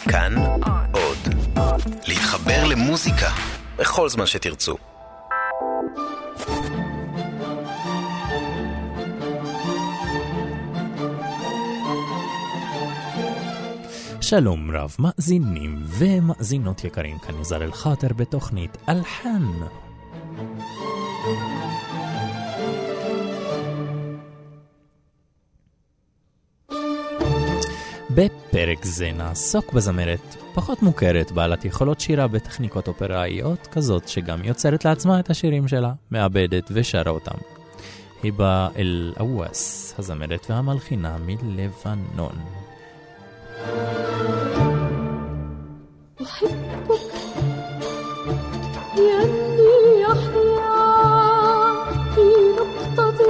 כאן עוד. להתחבר למוזיקה בכל זמן שתרצו. שלום רב מאזינים ומאזינות יקרים, כאן נזר אל חאטר בתוכנית אלחן. בפרק זה נעסוק בזמרת פחות מוכרת, בעלת יכולות שירה בטכניקות אופראיות, כזאת שגם יוצרת לעצמה את השירים שלה, מאבדת ושרה אותם. היבה אל-אווס, הזמרת והמלחינה מלבנון. أحبك لأني أحيا في نقطة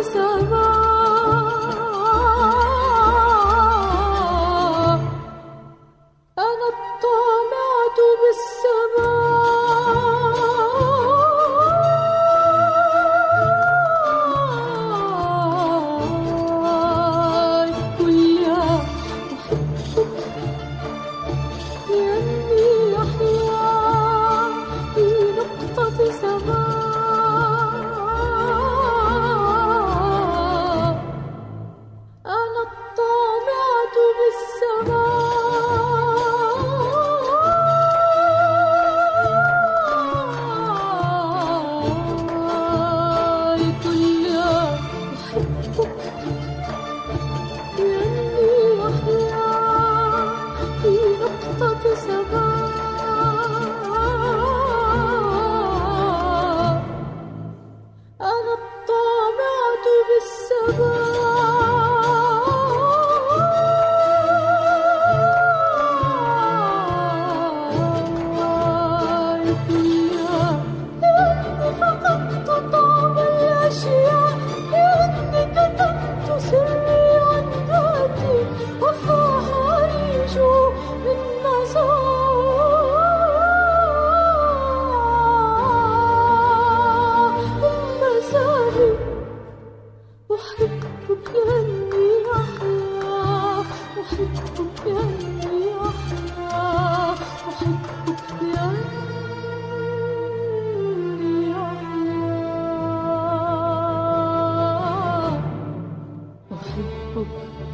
سماء أنا الطامعة بالسماء كلها. أحبك لأني أحيا في نقطة سماء أنا الطامعة بالسماء كلها. أحبك لأني أحيا في نقطة سماء أنا الطامعة بالسماء كلها. لأني فقدت طعم الأشياء، لأني كتمت سري عن ذاتي وفاح أريجو من مساري. أحبك لأني أحيا، أحبك لأني أحيا، أحبك لأني أحيا، أحبك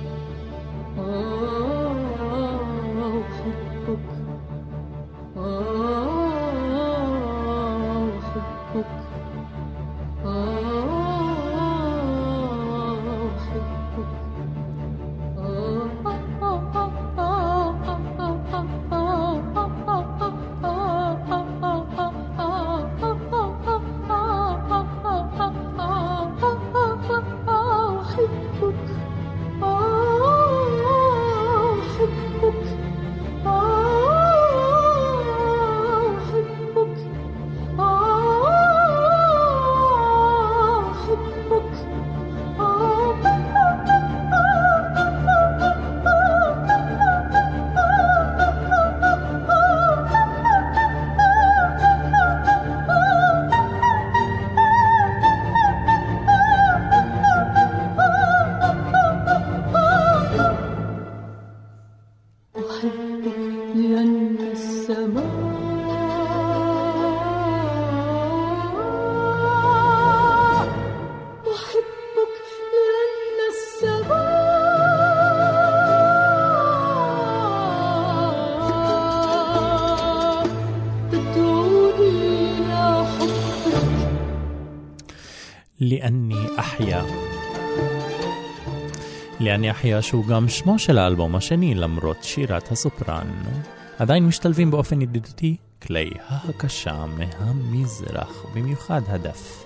לאני אחיה, שהוא גם שמו של האלבום השני, למרות שירת הסופרן, עדיין משתלבים באופן ידידותי כלי ההקשה מהמזרח, במיוחד הדף.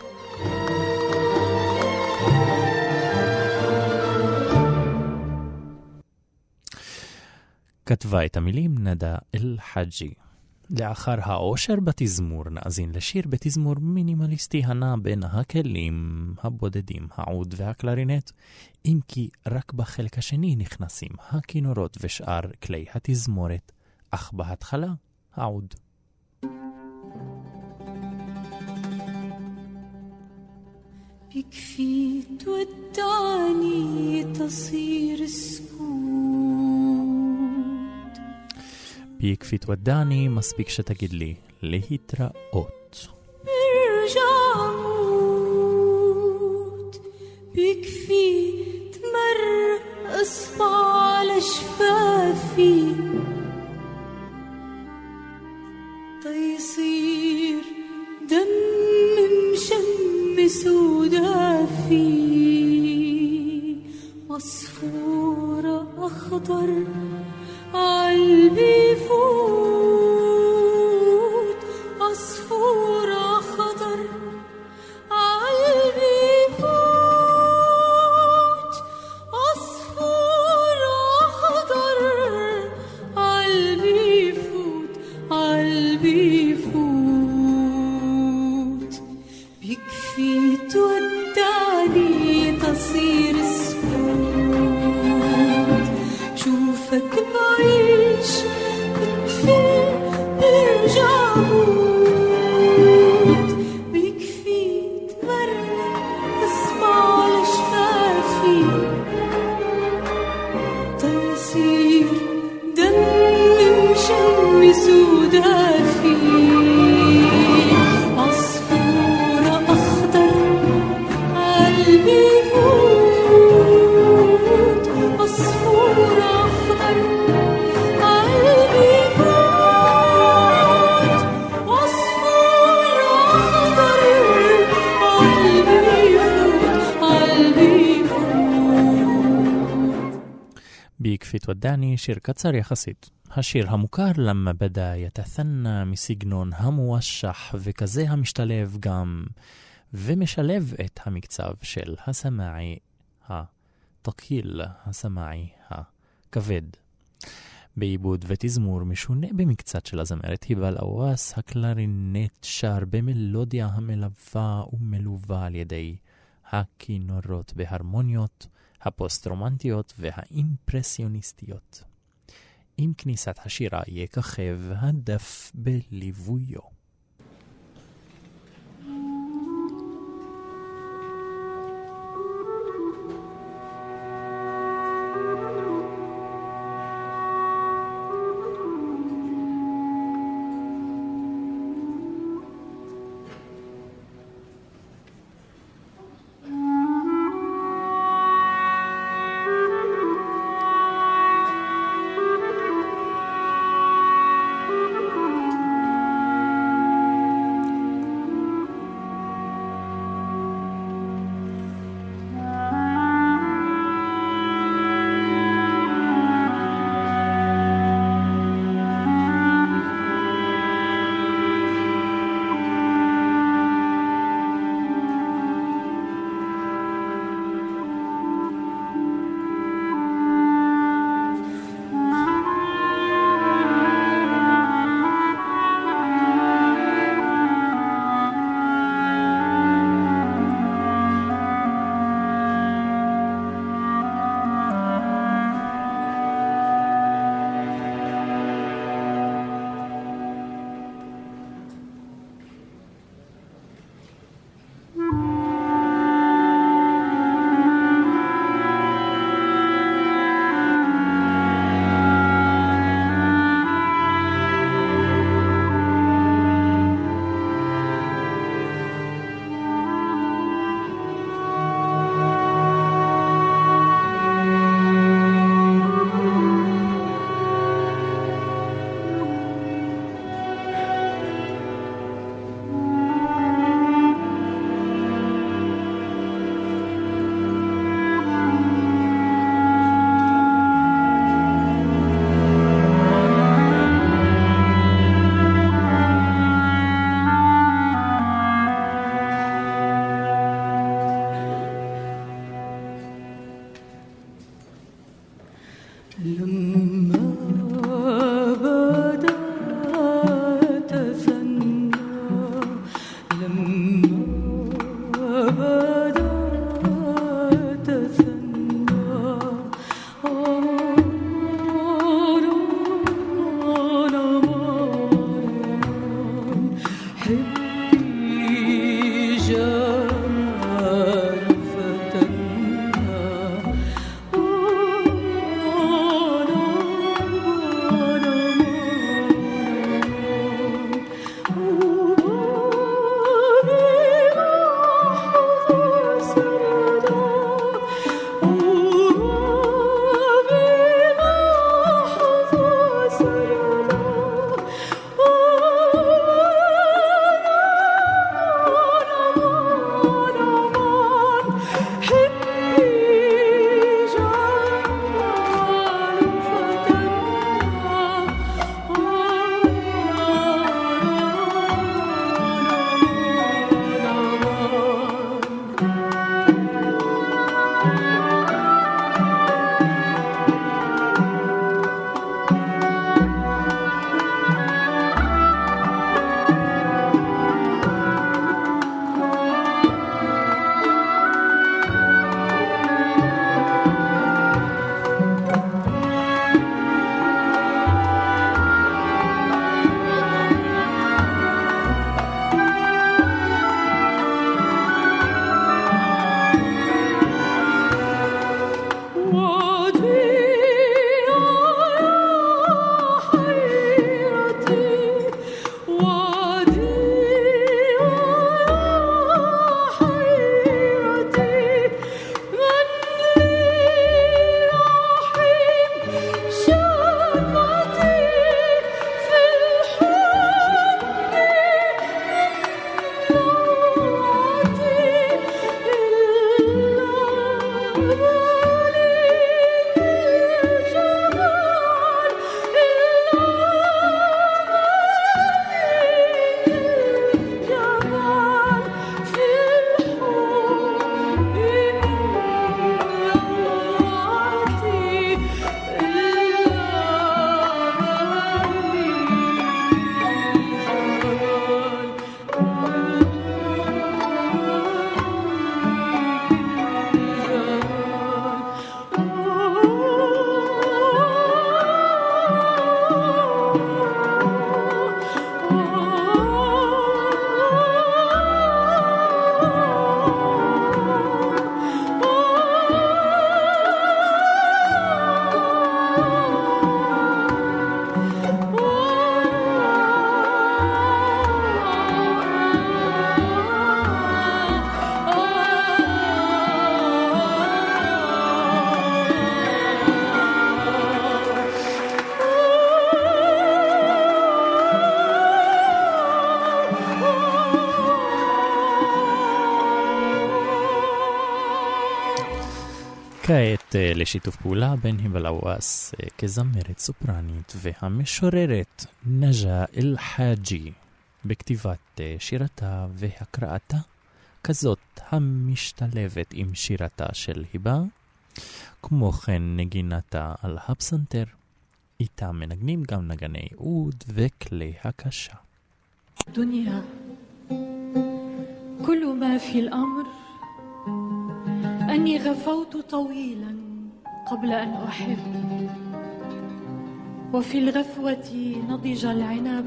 כתבה את המילים נדה אל-חג'י. לאחר העושר בתזמור נאזין לשיר בתזמור מינימליסטי הנע בין הכלים הבודדים, העוד והקלרינט, אם כי רק בחלק השני נכנסים הכינורות ושאר כלי התזמורת, אך בהתחלה העוד. بكفي تودعني تصير السكوت. ביקפי תודעני, מספיק שתגיד לי להתראות. برجعموت بكفي تمرقص على شفافي تيصير دم مشمس ودافي عصفورة أخضر قلبي فوت عصفورة أخضر قلبي فوت عصفورة أخضر قلبي فوت قلبي فوت بيكفي تودعني تصير السكوت بشوفك بعيش بتفل برجع موت بيكفي تمرق اسمع لشفافي تيصير دم مشمس ودافي عصفورة أخضر قلبي فوت عصفورة أخضر قلبي فوت عصفورة أخضر قلبي فوت قلبي فوت. بيكفي تودعني شير קצר יחסית. השיר המוכר למה בדה יתתנה מסגנון המואשח וכזה המשתלב גם ומשלב את המקצב של הסמאי התקיל, הסמאי הכבד. בעיבוד ותזמור משונה במקצת של הזמרת היבל אוואס, הקלרינט שר במלודיה המלווה ומלווה על ידי הכינורות בהרמוניות הפוסט-רומנטיות והאימפרסיוניסטיות. עם כניסת השירה יככב הדף בליוויו. כעת לשיתוף פעולה בין היבל עוואס כזמרת סופרנית והמשוררת נג'ה אל-חאג'י בכתיבת שירתה והקראתה כזאת המשתלבת עם שירתה של היבה, כמו כן נגינתה על הפסנתר, איתה מנגנים גם נגני עוד וכלי הקשה. دنيا كل ما في الأمر أني غفوت طويلا قبل أن أحب، وفي الغفوة نضج العنب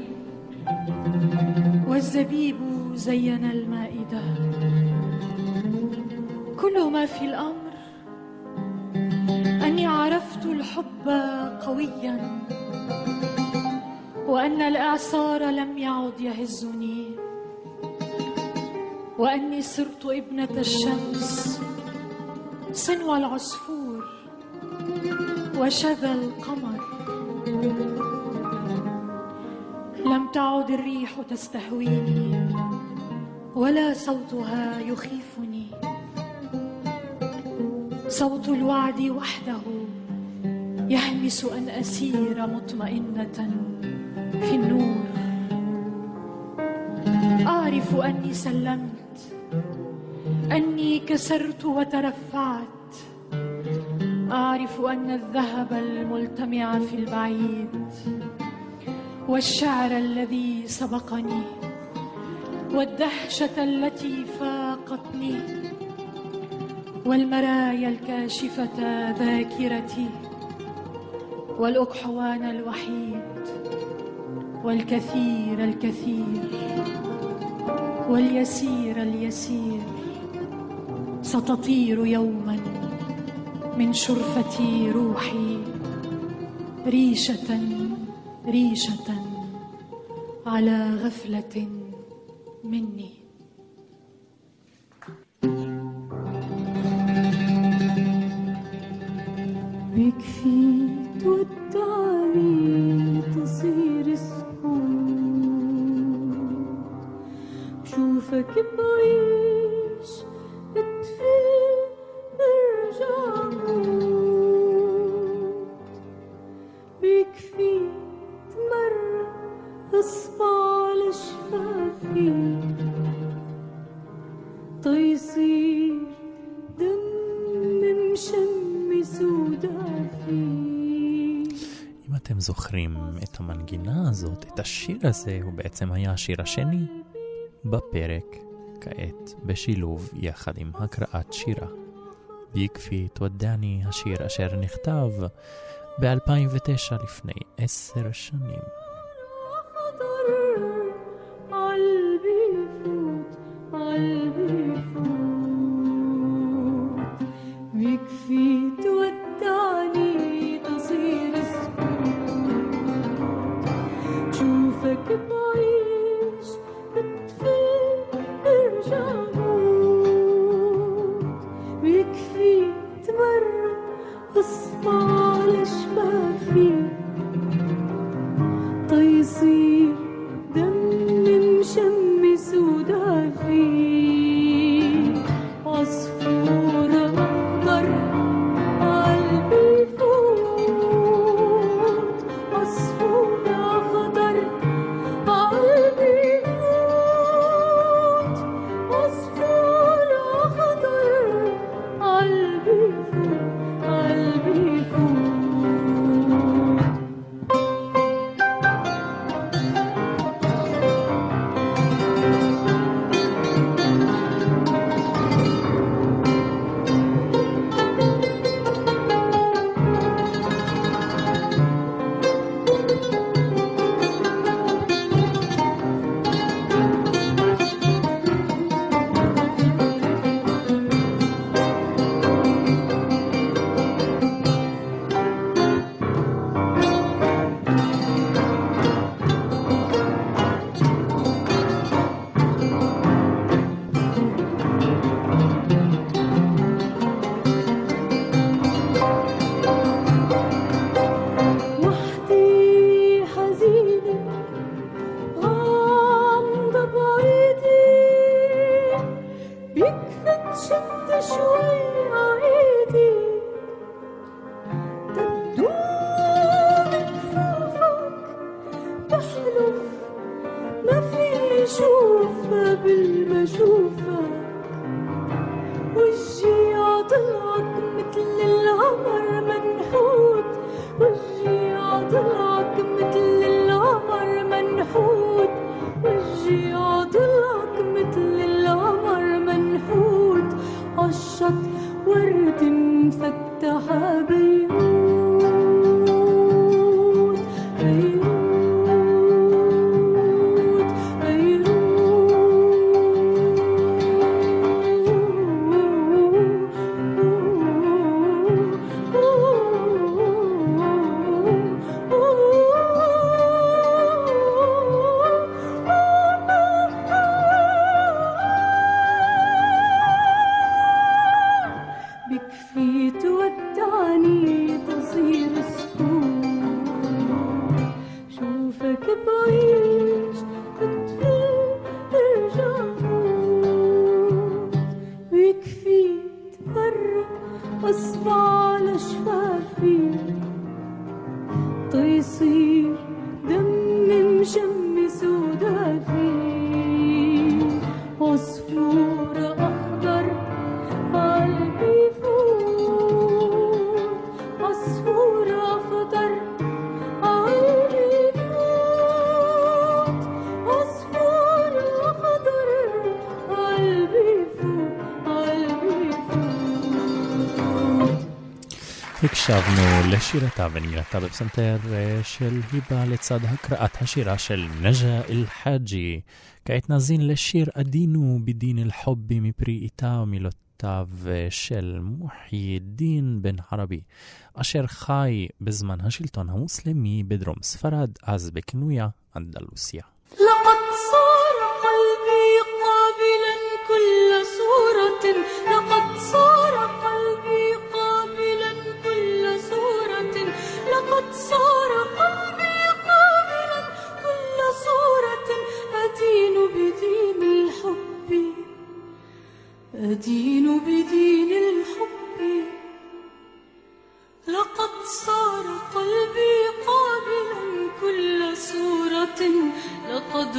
والزبيب زين المائدة. كل ما في الأمر أني عرفت الحب قويا وأن الإعصار لم يعد يهزني، وأني صرت ابنة الشمس صنو العصفور وشذا القمر. لم تعد الريح تستهويني ولا صوتها يخيفني، صوت الوعد وحده يهمس أن أسير مطمئنة في النور. أعرف أني سلمت، أني كسرت وترفعت، أعرف أن الذهب الملتمع في البعيد والشعر الذي سبقني والدهشة التي فاقتني والمرايا الكاشفة ذاكرتي والأكحوان الوحيد والكثير الكثير واليسير اليسير ستطير يوما من شرفة روحي ريشة ريشة على غفلة مني. بكفي تودعني تصير سكون، بشوفك بعيش بتفل برجع موت. بكفي تمرق اصبع لشفافي طيصير دم مشمس ودافي. אם אתם זוכרים את המנגינה הזאת, את השיר הזה, הוא בעצם היה השיר השני בפרק, כעת בשילוב יחד עם הקראת שירה. ביקפי תודעני, השיר אשר נכתב ב-2009 לפני 10 שנים. بكفي تودعني تصير سكوت، شوفك بعيش بتفل برجع موت. بكفي تمرق اصبع لشفافي طيصير دم مشمس ودافي. عصفور أخضر قلبي فوت، عصفور أخضر يصير دم مشمس ودافي عصفور أخضر قلبي فوق عصفور أخضر قلبي فوق عصفور أخضر قلبي فوق قلبي فوق. הקשבנו לשירתה ונגנתה בפסנתר של היבה לצד הקראת השירה של נג'ה אל-חאג'י. כעת נזין לשיר עדינו בדין אל-חובי מפרי איתה ומילותיו של מוחי דין בן ערבי, אשר חי בזמן השלטון המוסלמי בדרום ספרד, אז בכינויה אנדלוסיה. لقد صار قلبي قابلا كل صورة لقد صار قلبي قابلا كل صورة لقد صار قلبي قابلا كل صورة أدين بدين الحب أدين بدين الحب لقد صار قلبي قابلا كل صورة لقد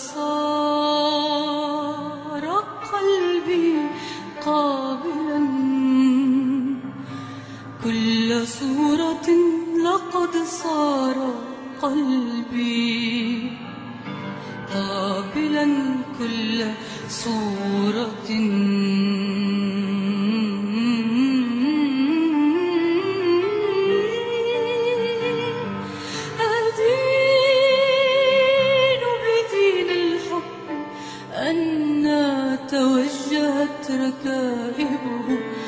صار قلبي قابلا كل صورة لقد صار قلبي قابلا كل صورة أدين بدين الحب أن توجهت ركائبه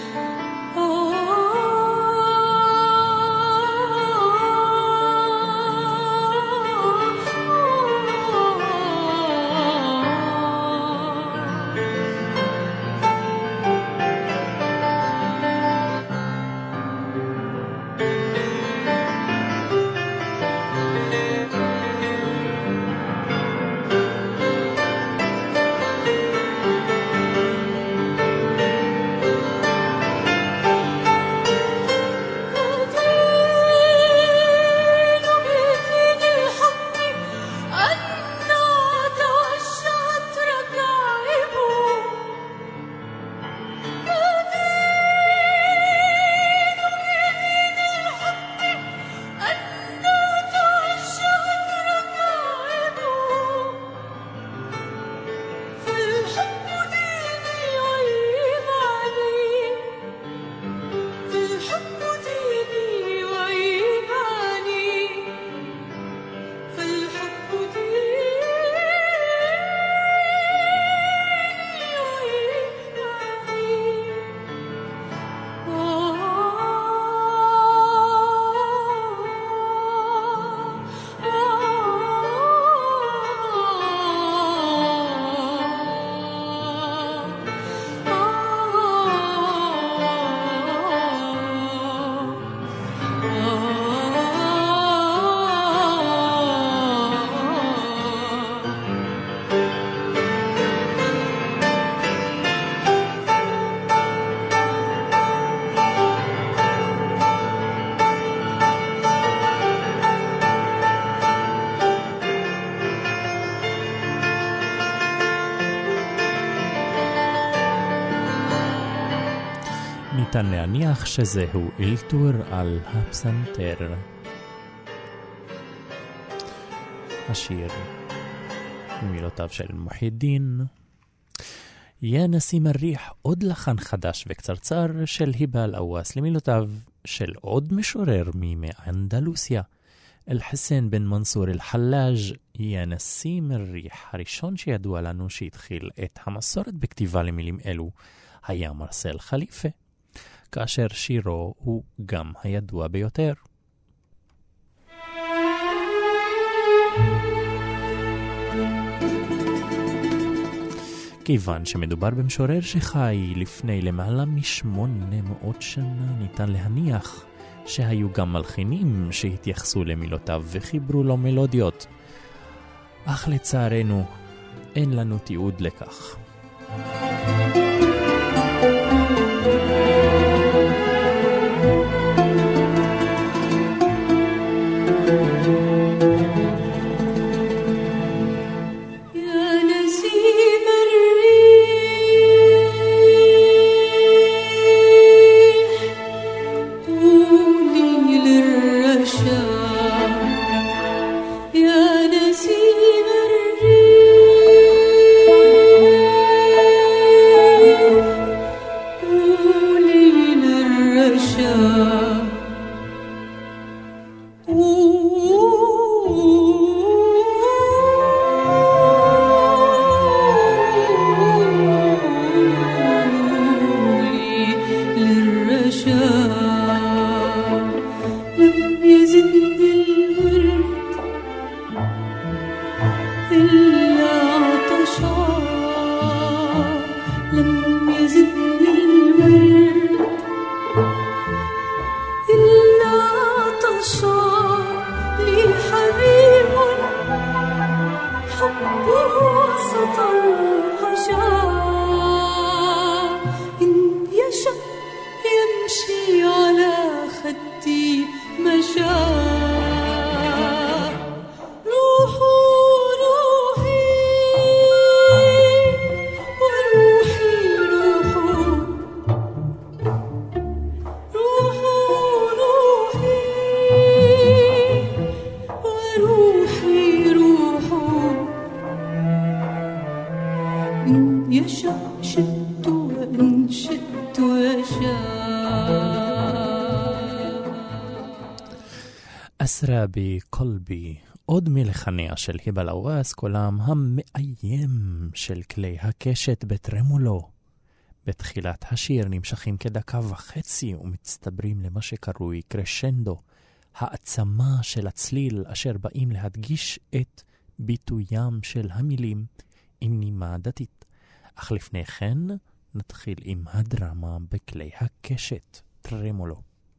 ניתן להניח שזהו אלתור על הפסנתר. השיר ממילותיו של מוחי דין. יא נסים הריח, עוד לחן חדש וקצרצר של היבה אל-אוואס למילותיו של עוד משורר מאנדלוסיה, אל-חסן בן מנסור אל-חלאג'. יא נסים הריח הראשון שידוע לנו שהתחיל את המסורת בכתיבה למילים אלו היה מרסל חליפה, כאשר שירו הוא גם הידוע ביותר. כיוון שמדובר במשורר שחי לפני למעלה מ800 שנה, ניתן להניח שהיו גם מלחינים שהתייחסו למילותיו וחיברו לו מלודיות. אך לצערנו אין לנו תיעוד לכך. حبه وسط الحشاء إن يشأ يمشي على خدي مشاء روحي אסרה בקולבי, עוד מלחניה של היבה לוואס, קולם המאיים של כלי הקשת בטרמולו. בתחילת השיר נמשכים כדקה וחצי ומצטברים למה שקרוי קרשנדו, העצמה של הצליל אשר באים להדגיש את ביטוים של המילים עם נימה דתית. אך לפני כן נתחיל עם הדרמה בכלי הקשת, טרמולו.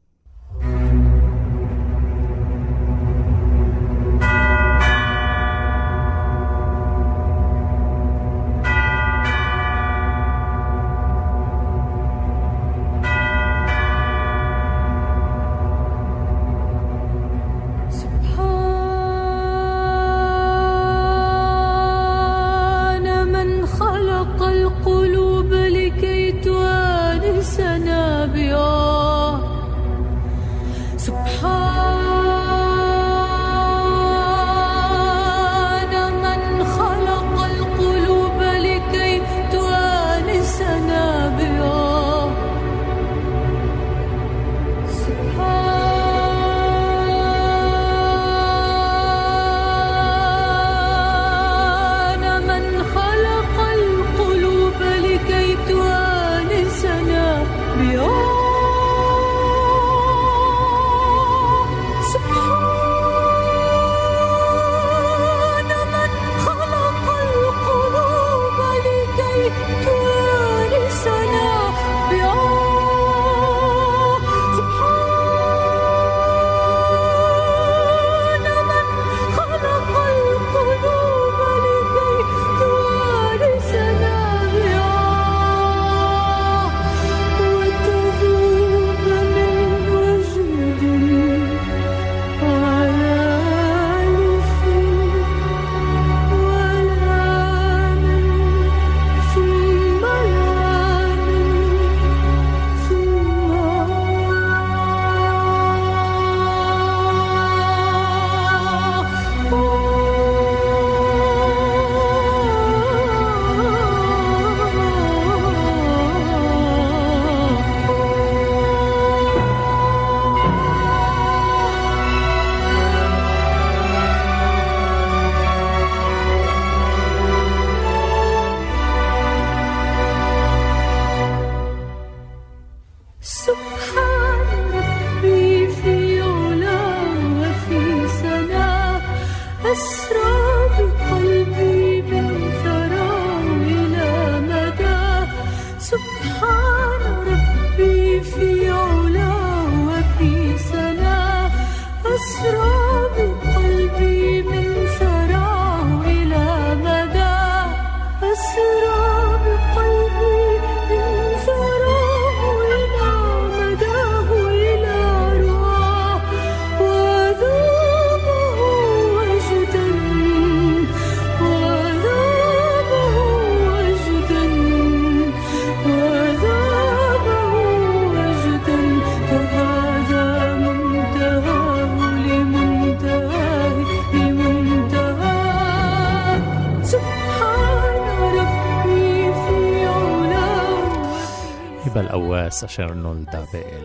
בלאווס אשר נולדה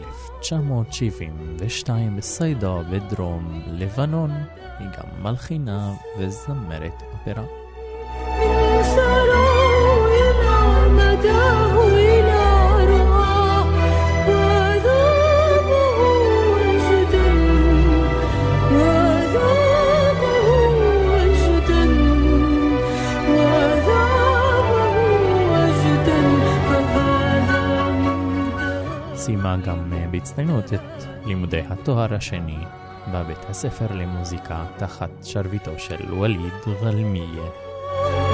ב-1972 בסיידה בדרום לבנון, היא גם מלחינה וזמרת אופרה. סיימה גם בהצטיינות את לימודי התואר השני בבית הספר למוזיקה תחת שרביטו של וליד גלמיה.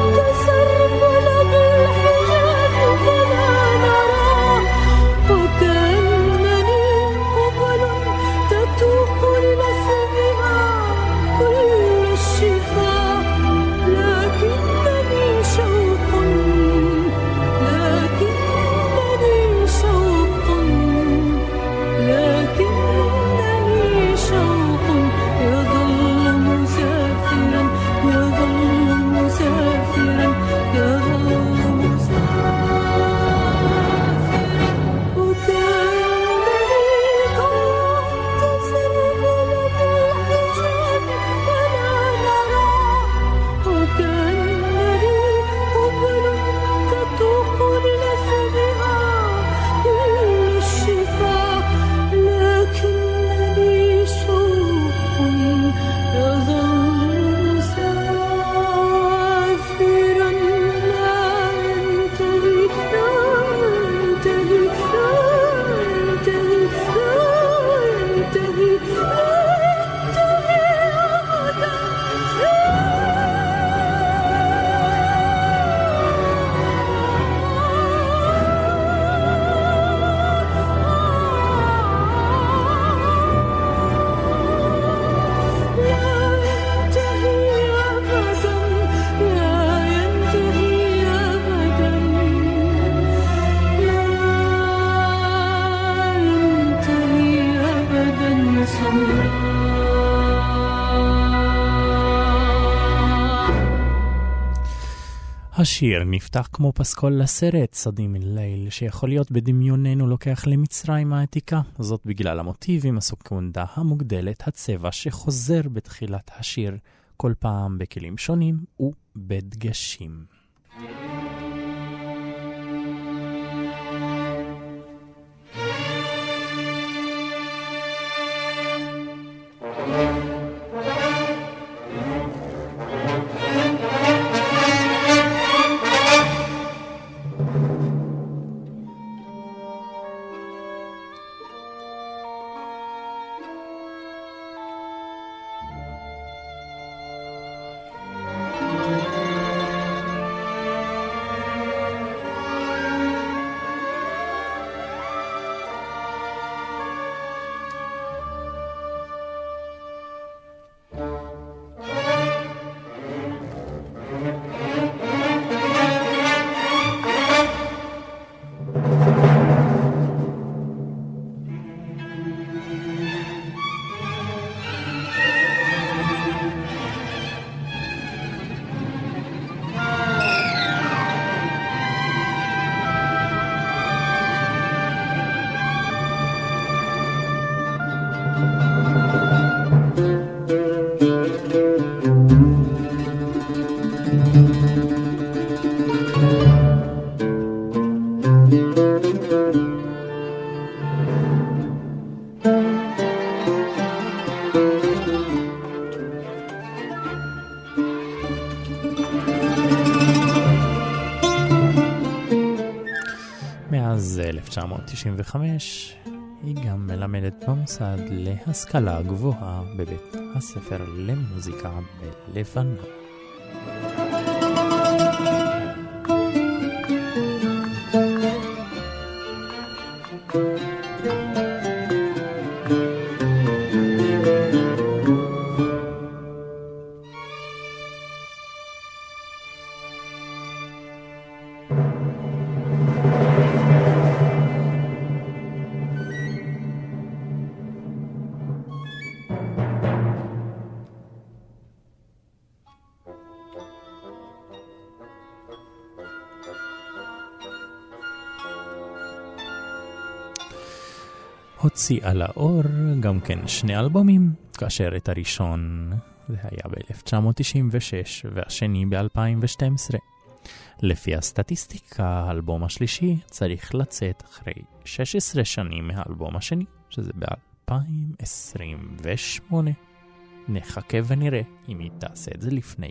השיר נפתח כמו פסקול לסרט סודי מליל, שיכול להיות בדמיוננו לוקח למצרים העתיקה, זאת בגלל המוטיבים, הסקונדה המוגדלת, הצבע שחוזר בתחילת השיר כל פעם בכלים שונים ובדגשים. מאז 1995 היא גם מלמדת במוסד להשכלה גבוהה בבית הספר למוזיקה בלבנון. הוציאה לאור גם כן שני אלבומים, כאשר את הראשון זה היה ב-1996 והשני ב-2012. לפי הסטטיסטיקה, האלבום השלישי צריך לצאת אחרי 16 שנים מהאלבום השני, שזה ב-2028. נחכה ונראה אם היא תעשה את זה לפני.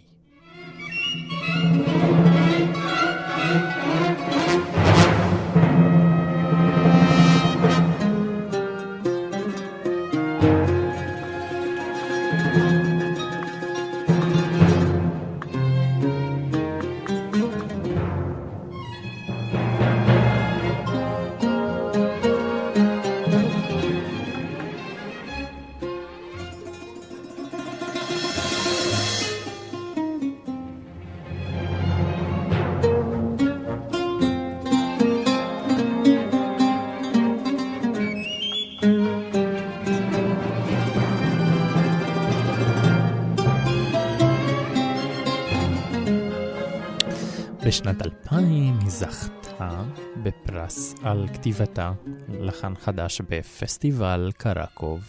בשנת 2000 היא זכתה בפרס על כתיבתה לחן חדש בפסטיבל קרקוב.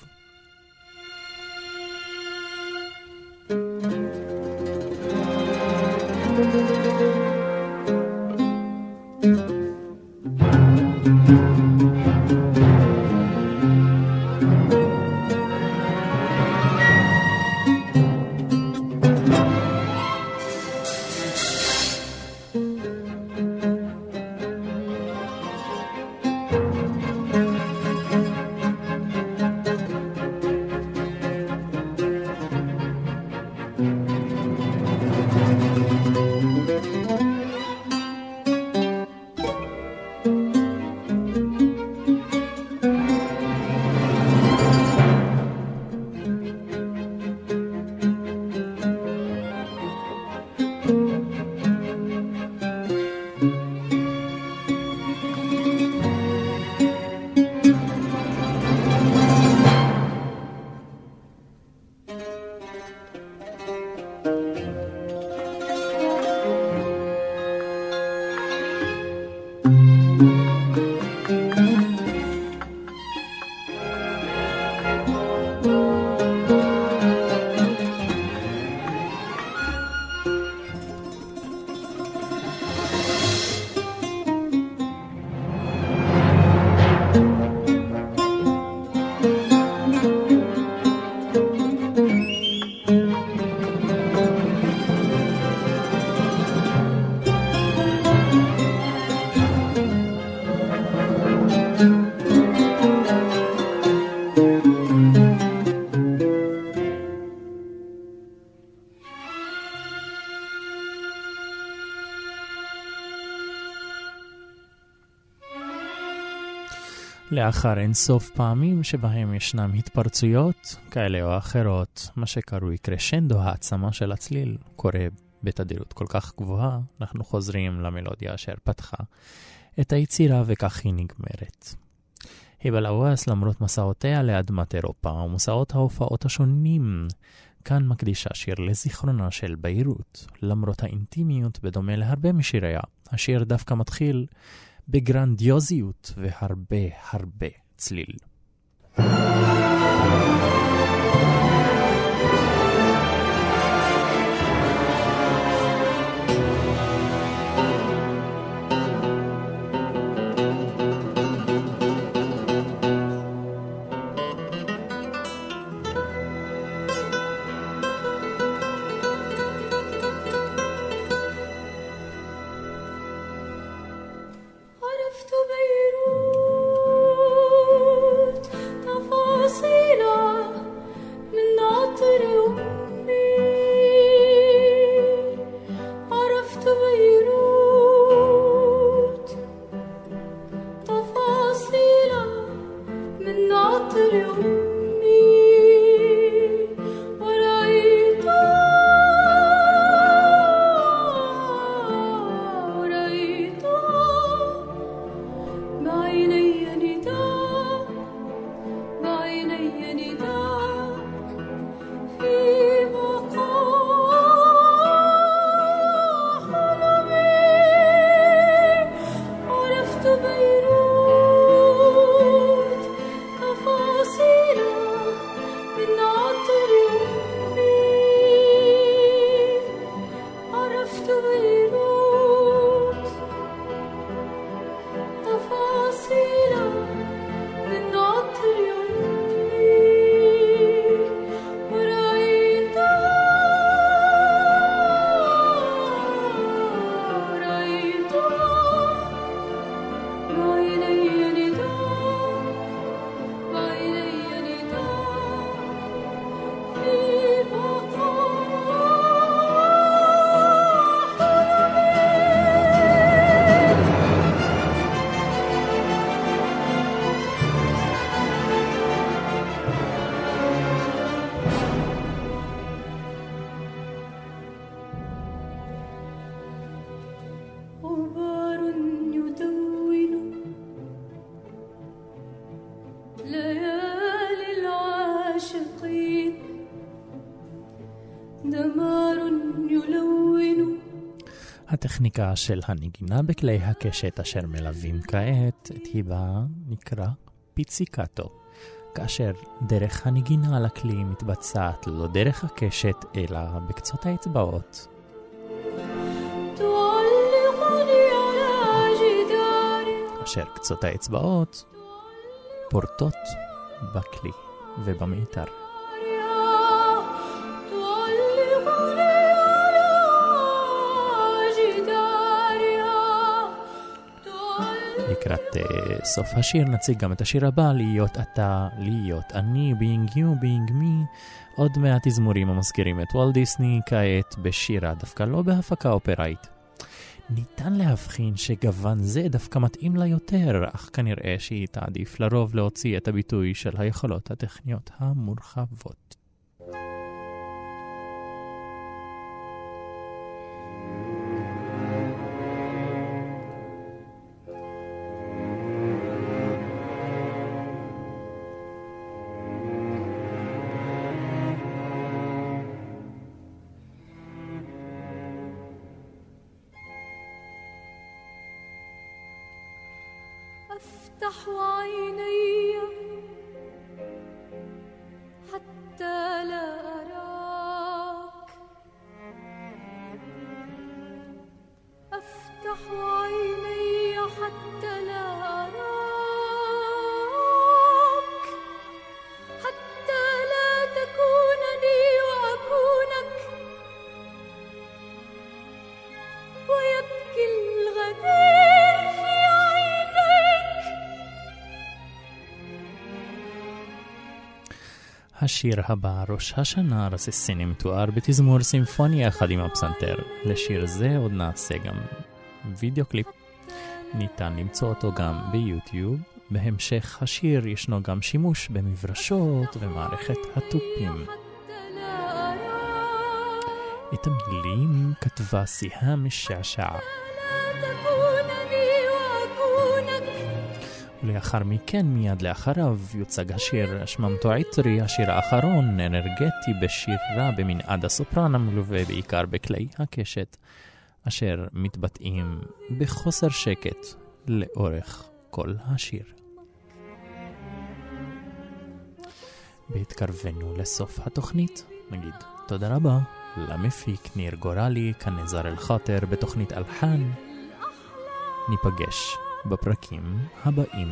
לאחר אינסוף פעמים שבהם ישנם התפרצויות כאלה או אחרות, מה שקרוי קרשנדו, העצמה של הצליל, קורה בתדירות כל כך גבוהה, אנחנו חוזרים למלודיה אשר פתחה את היצירה וכך היא נגמרת. היבל אוואס, למרות מסעותיה לאדמת אירופה ומסעות ההופעות השונים, כאן מקדישה שיר לזיכרונה של ביירות. למרות האינטימיות בדומה להרבה משיריה, השיר דווקא מתחיל בגרנדיוזיות והרבה צליל. הטכניקה של הנגינה בכלי הקשת אשר מלווים כעת את היבה נקרא פיציקטו, כאשר דרך הנגינה על הכלי מתבצעת לא דרך הקשת אלא בקצות האצבעות. אשר קצות האצבעות פורטות בכלי ובמיתר. לקראת סוף השיר נציג גם את השיר הבא, להיות אתה, להיות אני, being you, being me, עוד מהתזמורים המזכירים את וולט דיסני, כעת בשירה דווקא לא בהפקה אופראית. ניתן להבחין שגוון זה דווקא מתאים לה יותר, אך כנראה שהיא תעדיף לרוב להוציא את הביטוי של היכולות הטכניות המורחבות. أفتح عيني حتى لا أراك، أفتح عيني حتى لا أراك، حتى لا تكونني وأكونك، ويبكي الغدير في השיר הבא, ראש השנה, רסיסיני מתואר בתזמור סימפוני יחד עם הפסנתר. לשיר זה עוד נעשה גם וידאו קליפ. ניתן למצוא אותו גם ביוטיוב. בהמשך השיר ישנו גם שימוש במברשות ומערכת התופים. את המילים כתבה סיהאם משעשע. ולאחר מכן, מיד לאחריו, יוצג השיר שממתו עיטרי, השיר האחרון, אנרגטי בשירה במנעד הסופרן, המלווה בעיקר בכלי הקשת, אשר מתבטאים בחוסר שקט לאורך כל השיר. בהתקרבנו לסוף התוכנית, נגיד תודה רבה למפיק ניר גורלי, כנזר אל חאטר בתוכנית אלחן. ניפגש בפרקים הבאים.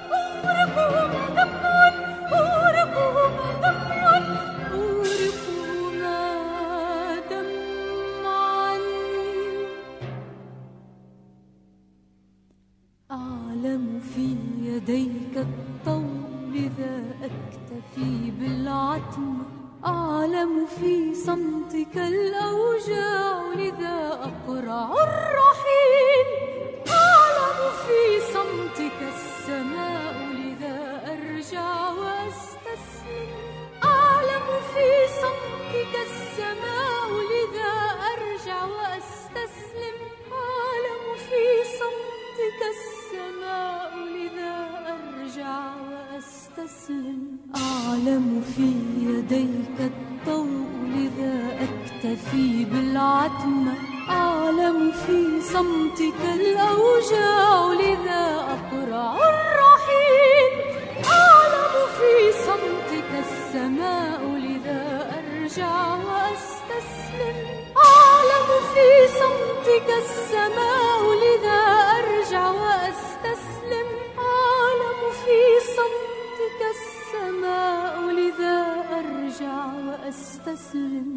أعلم في يديك الطول إذا أكتفي بالعتم، أعلم في صمتك الأوجاع لذا أقرع الرحيل، أعلم في صمتك السماء لذا أرجع وأستسلم، أعلم في صمتك السماء لذا أرجع وأستسلم، أعلم في صمتك السماء لذا أرجع وأستسلم، أعلم في يديك الضوء لذا أكتفي بالعتمة، أعلم في صمتك الأوجاع لذا أقرع الرحيل، أعلم في صمتك السماء لذا أرجع وأستسلم، أعلم في صمتك السماء لذا أرجع وأستسلم، أعلم في صمتك السماء لذا أرجع وأستسلم.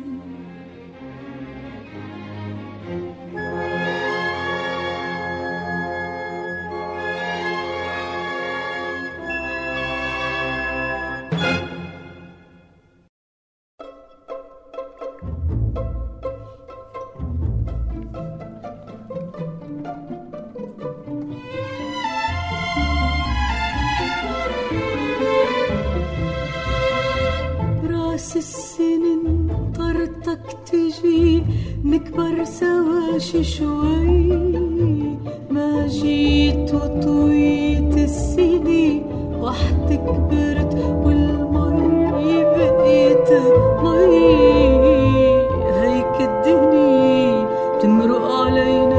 السنين طرتك تجي نكبر سوا شوي، ما جيت وطويت السنين وحدك كبرت والمي بقيت مي، هيك الدنيا تمرق علينا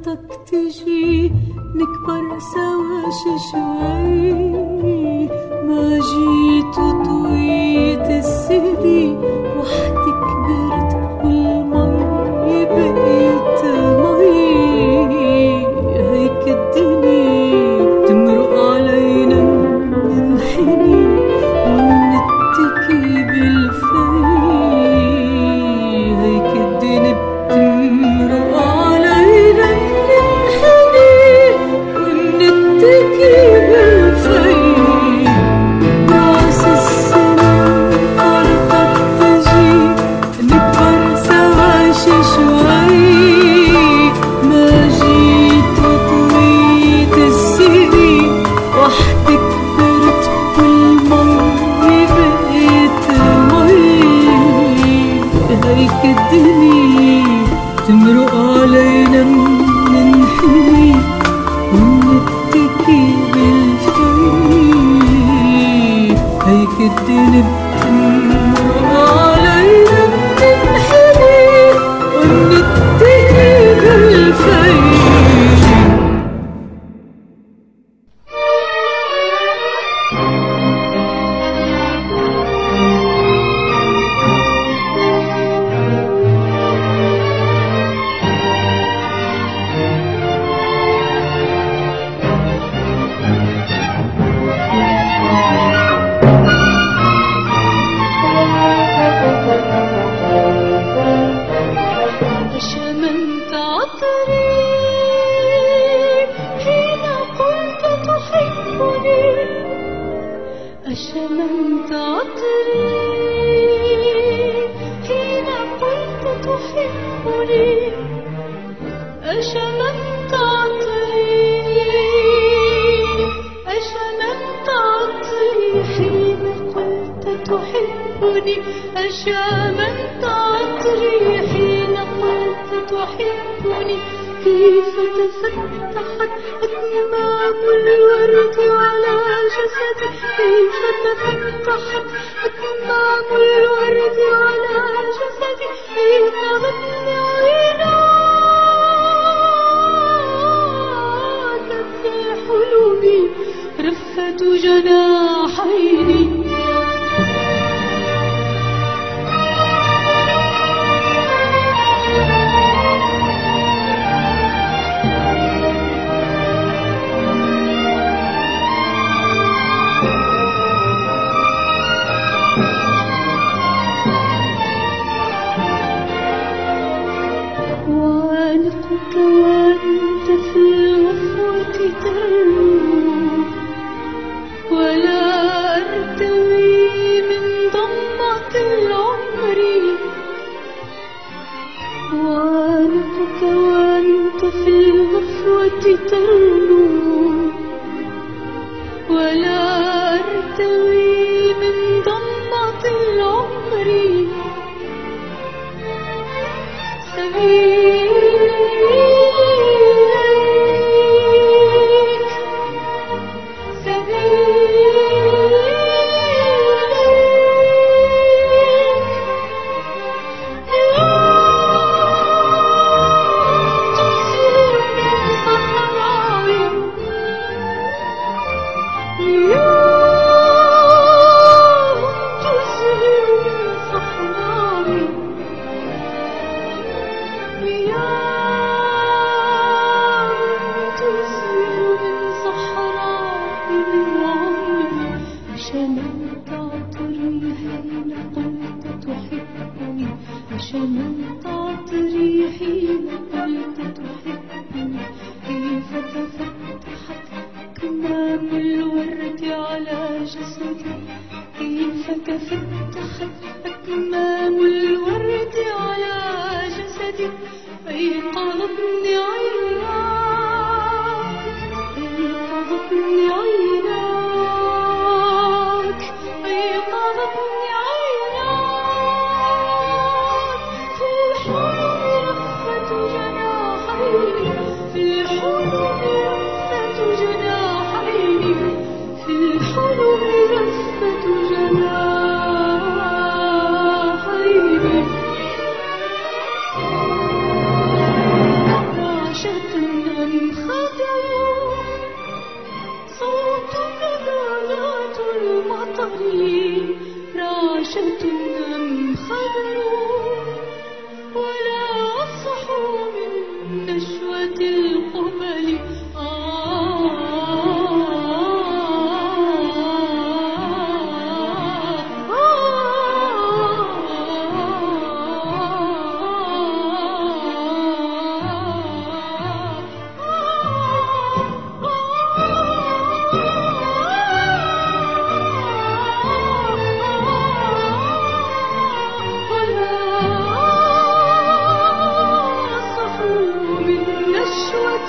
قلتك تجي نكبر سوا شوي، ما جيت وطويت السدي وحدي كبرت والمي بقيت مي. هيك الدنيا تمرق علينا ننحني ونتكي بالفي. هيك الدنيا تمرق علينا ننحني ونتكي بالفي. راس السنة قربك تجي نكبر سوا شوي، ما جيت وطويت السري وحدي كبرت والمي بقيت مي. هيك الدنيا تمرق علينا ننحني ونتكي بالفي. هيك الدنيا تمرق علينا ننحني ونتكي بالفي. شممت عطري حين قلت تحبني، شممت عطري حين قلت تحبني، شممت عطري شممت عطري حين قلت تحبني، شممت عطري حين قلت تحبني. كيف تفتحت أكمام الورد على جسدي، كيف تفتحت أكمام الورد على جسدي. أيقظتني عيناك في حلمي رفة جناحيني. وألقك وأنت في الغفوة ترنو، ولا أرتوي من ضمة العمر. وألقك وأنت في الغفوة ترنو، ولا أرتوي من ضمة العمر. شممت عطري حين قلت تحبني، شممت عطري حين قلت تحبني. كيف تفتحت أكمام الورد على جسدي، كيف تفتحت أكمام الورد على جسدي. أيقظتني عيناك، أيقظتني عيناك، أيقظتني عيناك. في الحلم رفة جناحيني، في الحلم رفة جناحيني، في الحلم رفة جناحيني. رعشة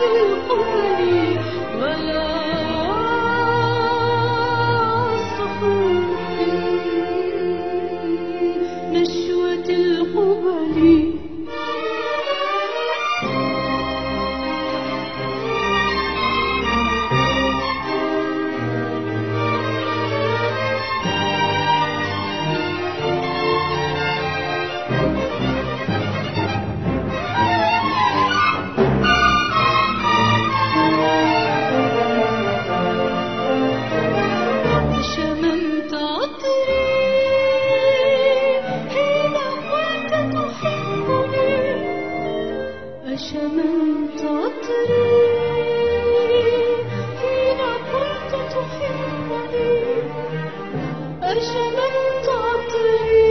القبل ولا صخور نشوة القبل. شممت عطري حين قلت تحبني أشممت عطري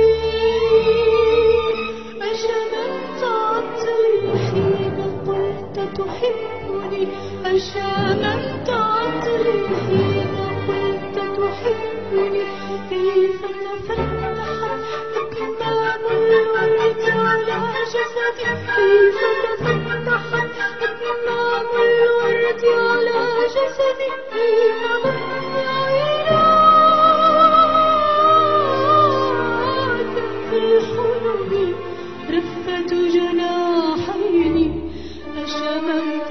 أشممت عطري حين قلت تحبني أشممت عطري حين قلت تحبني كيف تفتحت أكمام الورد على جسدي كيف تفتحت أكمام الورد على جسدي حين ضمني عيناك في الحلم رفة جناحين أشممت